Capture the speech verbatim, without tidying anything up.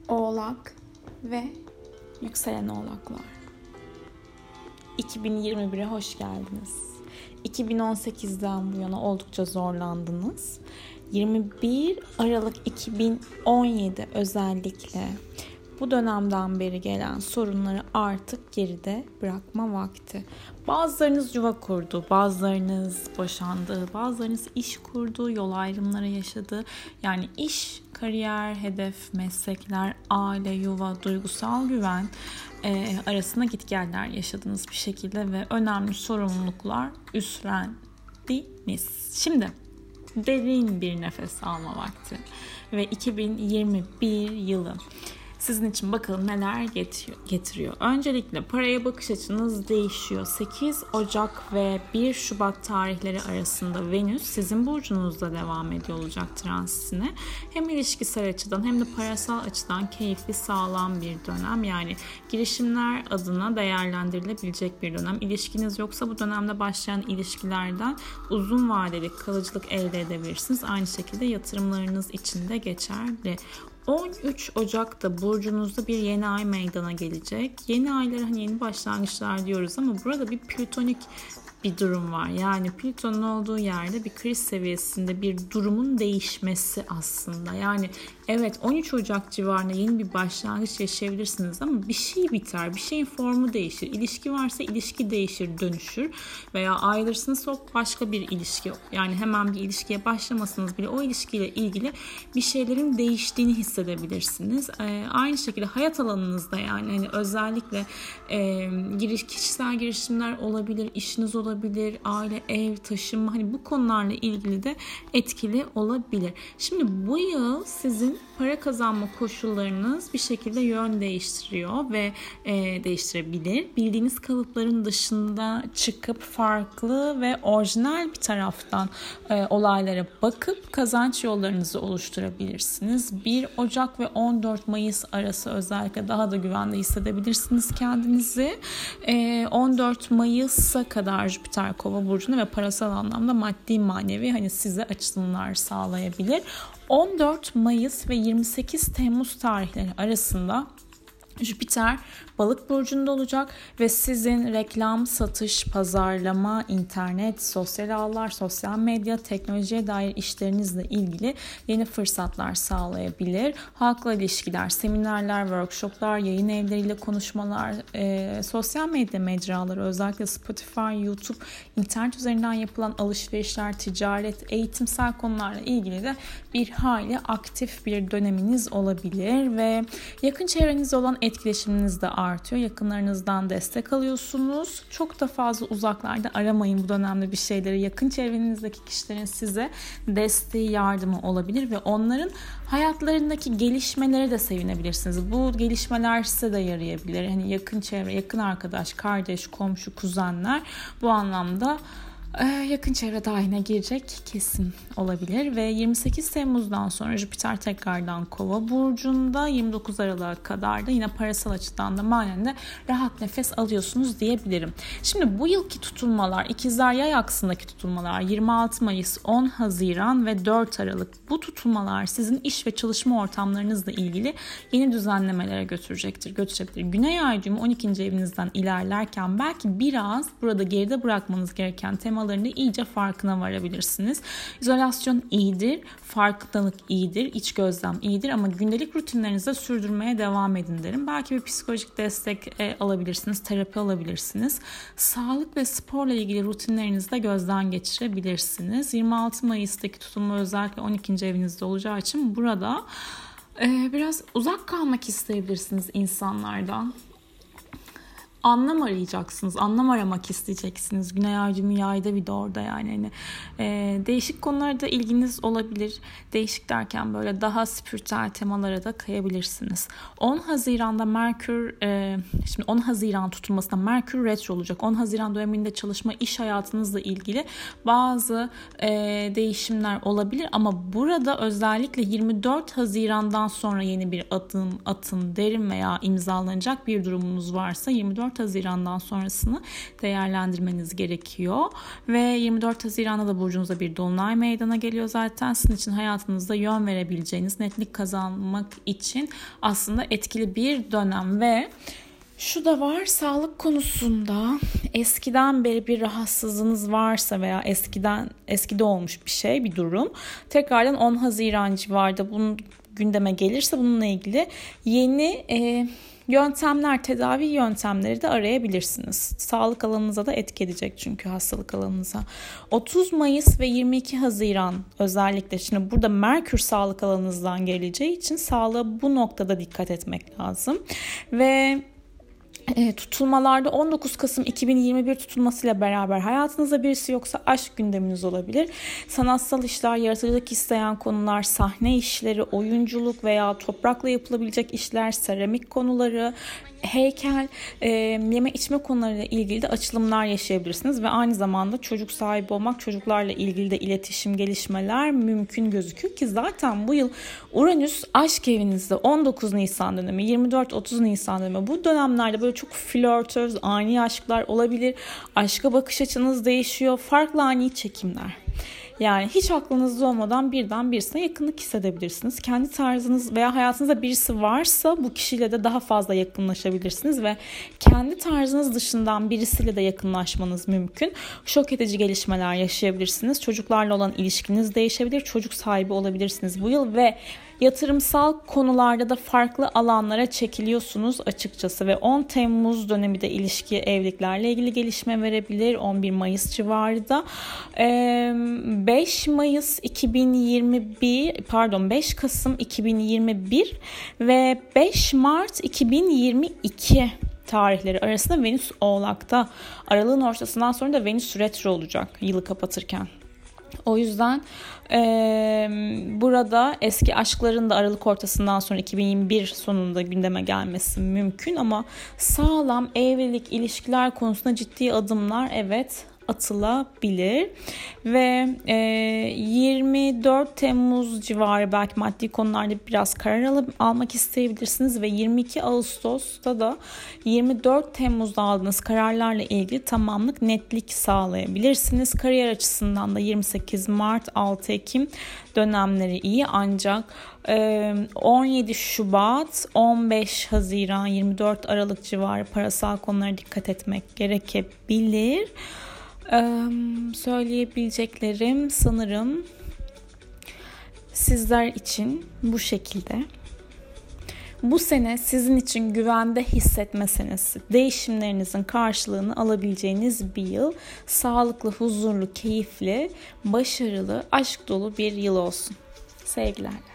Oğlak ve yükselen oğlaklar. iki bin yirmi bire hoş geldiniz. iki bin on sekizden bu yana oldukça zorlandınız. yirmi bir Aralık iki bin on yedi özellikle bu dönemden beri gelen sorunları artık geride bırakma vakti. Bazılarınız yuva kurdu, bazılarınız boşandı, bazılarınız iş kurdu, yol ayrımları yaşadı. Yani iş, kariyer, hedef, meslekler, aile, yuva, duygusal güven e, arasında gitgeller yaşadınız bir şekilde ve önemli sorumluluklar üstlendiniz. Şimdi derin bir nefes alma vakti ve iki bin yirmi bir yılı sizin için bakalım neler getiriyor. Öncelikle paraya bakış açınız değişiyor. sekiz Ocak ve bir Şubat tarihleri arasında Venüs sizin burcunuzda devam ediyor olacak transitine. Hem ilişkisel açıdan hem de parasal açıdan keyifli, sağlam bir dönem. Yani girişimler adına değerlendirilebilecek bir dönem. İlişkiniz yoksa bu dönemde başlayan ilişkilerden uzun vadeli kalıcılık elde edebilirsiniz. Aynı şekilde yatırımlarınız için de geçerli. on üç Ocak'ta burcunuzda bir yeni ay meydana gelecek. Yeni aylara hani yeni başlangıçlar diyoruz ama burada bir plütonik bir durum var. Yani Plüton'un olduğu yerde bir kriz seviyesinde bir durumun değişmesi aslında. Yani evet on üç Ocak civarında yeni bir başlangıç yaşayabilirsiniz ama bir şey biter, bir şeyin formu değişir. İlişki varsa ilişki değişir, dönüşür veya ayrılırsınız çok başka bir ilişki. Yani hemen bir ilişkiye başlamasanız bile o ilişkiyle ilgili bir şeylerin değiştiğini hissedebilirsiniz. Ee, aynı şekilde hayat alanınızda yani hani özellikle e, giriş, kişisel girişimler olabilir, işiniz olabilir, aile, ev, taşınma hani bu konularla ilgili de etkili olabilir. Şimdi bu yıl sizin para kazanma koşullarınız bir şekilde yön değiştiriyor ve e, değiştirebilir. Bildiğiniz kalıpların dışında çıkıp farklı ve orijinal bir taraftan e, olaylara bakıp kazanç yollarınızı oluşturabilirsiniz. bir Ocak ve on dört Mayıs arası özellikle daha da güvende hissedebilirsiniz kendinizi. E, on dört Mayıs'a kadar Jüpiter Kova burcunda ve parasal anlamda maddi manevi hani size açılımlar sağlayabilir. on dört Mayıs ve yirmi sekiz Temmuz tarihleri arasında Jüpiter Balık burcunda olacak ve sizin reklam, satış, pazarlama, internet, sosyal ağlar, sosyal medya, teknolojiye dair işlerinizle ilgili yeni fırsatlar sağlayabilir. Halkla ilişkiler, seminerler, workshoplar, yayın evleriyle konuşmalar, e, sosyal medya mecraları özellikle Spotify, YouTube, internet üzerinden yapılan alışverişler, ticaret, eğitimsel konularla ilgili de bir hayli aktif bir döneminiz olabilir ve yakın çevrenizde olan etkileşiminiz de artıyor. Yakınlarınızdan destek alıyorsunuz. Çok da fazla uzaklarda aramayın bu dönemde bir şeyleri. Yakın çevrenizdeki kişilerin size desteği, yardımı olabilir ve onların hayatlarındaki gelişmelere de sevinebilirsiniz. Bu gelişmeler size de yarayabilir. Hani yakın çevre, yakın arkadaş, kardeş, komşu, kuzenler bu anlamda yakın çevre dahiline girecek kesin olabilir ve yirmi sekiz Temmuz'dan sonra Jüpiter tekrardan Kova burcunda yirmi dokuz Aralık'a kadar da yine parasal açıdan da manen de rahat nefes alıyorsunuz diyebilirim. Şimdi bu yılki tutulmalar, ikizler yay aksındaki tutulmalar yirmi altı Mayıs, on Haziran ve dört Aralık bu tutulmalar sizin iş ve çalışma ortamlarınızla ilgili yeni düzenlemelere götürecektir, götürecektir. Güney ay düğümü on ikinci evinizden ilerlerken belki biraz burada geride bırakmanız gereken temalarında iyice farkına varabilirsiniz. İzolasyon iyidir, farkındalık iyidir, iç gözlem iyidir ama gündelik rutinlerinizde sürdürmeye devam edin derim. Belki bir psikolojik destek e, alabilirsiniz, terapi alabilirsiniz. Sağlık ve sporla ilgili rutinlerinizi de gözden geçirebilirsiniz. yirmi altı Mayıs'taki tutulma özellikle on ikinci evinizde olacağı için burada e, biraz uzak kalmak isteyebilirsiniz insanlardan. Anlam arayacaksınız, anlam aramak isteyeceksiniz. Güney ay düğümü yayda bir de orada yani. Hani, e, değişik konularda ilginiz olabilir. Değişik derken böyle daha spiritüel temalara da kayabilirsiniz. on Haziran'da Merkür, e, şimdi on Haziran tutulmasında Merkür retro olacak. on Haziran döneminde çalışma, iş hayatınızla ilgili bazı e, değişimler olabilir. Ama burada özellikle yirmi dört Haziran'dan sonra yeni bir adım atın derim veya imzalanacak bir durumunuz varsa yirmi dört dört Haziran'dan sonrasını değerlendirmeniz gerekiyor. Ve yirmi dört Haziran'da da burcunuzda bir dolunay meydana geliyor zaten. Sizin için hayatınızda yön verebileceğiniz, netlik kazanmak için aslında etkili bir dönem. Ve şu da var, sağlık konusunda eskiden beri bir rahatsızlığınız varsa veya eskiden eskide olmuş bir şey, bir durum, tekrardan on Haziran civarında bunun gündeme gelirse bununla ilgili yeni e, yöntemler, tedavi yöntemleri de arayabilirsiniz. Sağlık alanınıza da etki edecek çünkü hastalık alanınıza. otuz Mayıs ve yirmi iki Haziran özellikle, şimdi burada Merkür sağlık alanınızdan geleceği için sağlığa bu noktada dikkat etmek lazım. Ve E, tutulmalarda on dokuz Kasım iki bin yirmi bir tutulmasıyla beraber hayatınızda birisi yoksa aşk gündeminiz olabilir. Sanatsal işler, yaratıcılık isteyen konular, sahne işleri, oyunculuk veya toprakla yapılabilecek işler, seramik konuları, heykel, e, yeme içme konularıyla ilgili de açılımlar yaşayabilirsiniz ve aynı zamanda çocuk sahibi olmak, çocuklarla ilgili de iletişim, gelişmeler mümkün gözüküyor ki zaten bu yıl Uranüs aşk evinizde on dokuz Nisan dönemi, yirmi dört otuz Nisan dönemi, bu dönemlerde böyle çok flörtöz, ani aşklar olabilir. Aşka bakış açınız değişiyor, farklı ani çekimler. Yani hiç aklınızda olmadan birden birisine yakınlık hissedebilirsiniz. Kendi tarzınız veya hayatınızda birisi varsa bu kişiyle de daha fazla yakınlaşabilirsiniz ve kendi tarzınız dışından birisiyle de yakınlaşmanız mümkün. Şok edici gelişmeler yaşayabilirsiniz. Çocuklarla olan ilişkiniz değişebilir. Çocuk sahibi olabilirsiniz bu yıl ve yatırımsal konularda da farklı alanlara çekiliyorsunuz açıkçası ve on Temmuz dönemi de ilişki, evliliklerle ilgili gelişme verebilir. on bir Mayıs civarı da. beş Mayıs iki bin yirmi bir, pardon beş Kasım iki bin yirmi bir ve beş Mart iki bin yirmi iki tarihleri arasında Venüs Oğlak'ta. Aralığın ortasından sonra da Venüs retro olacak yılı kapatırken. O yüzden e, burada eski aşkların da Aralık ortasından sonra iki bin yirmi bir sonunda gündeme gelmesi mümkün ama sağlam evlilik, ilişkiler konusunda ciddi adımlar evet atılabilir ve e, yirmi dört Temmuz civarı belki maddi konularda biraz karar alıp, almak isteyebilirsiniz ve yirmi iki Ağustos'ta da yirmi dört Temmuz'da aldığınız kararlarla ilgili tamamlık, netlik sağlayabilirsiniz. Kariyer açısından da yirmi sekiz Mart altı Ekim dönemleri iyi, ancak on yedi Şubat on beş Haziran yirmi dört Aralık civarı parasal konulara dikkat etmek gerekebilir. Ee, söyleyebileceklerim sanırım sizler için bu şekilde. Bu sene sizin için güvende hissetme senesi. Değişimlerinizin karşılığını alabileceğiniz bir yıl. Sağlıklı, huzurlu, keyifli, başarılı, aşk dolu bir yıl olsun. Sevgilerle.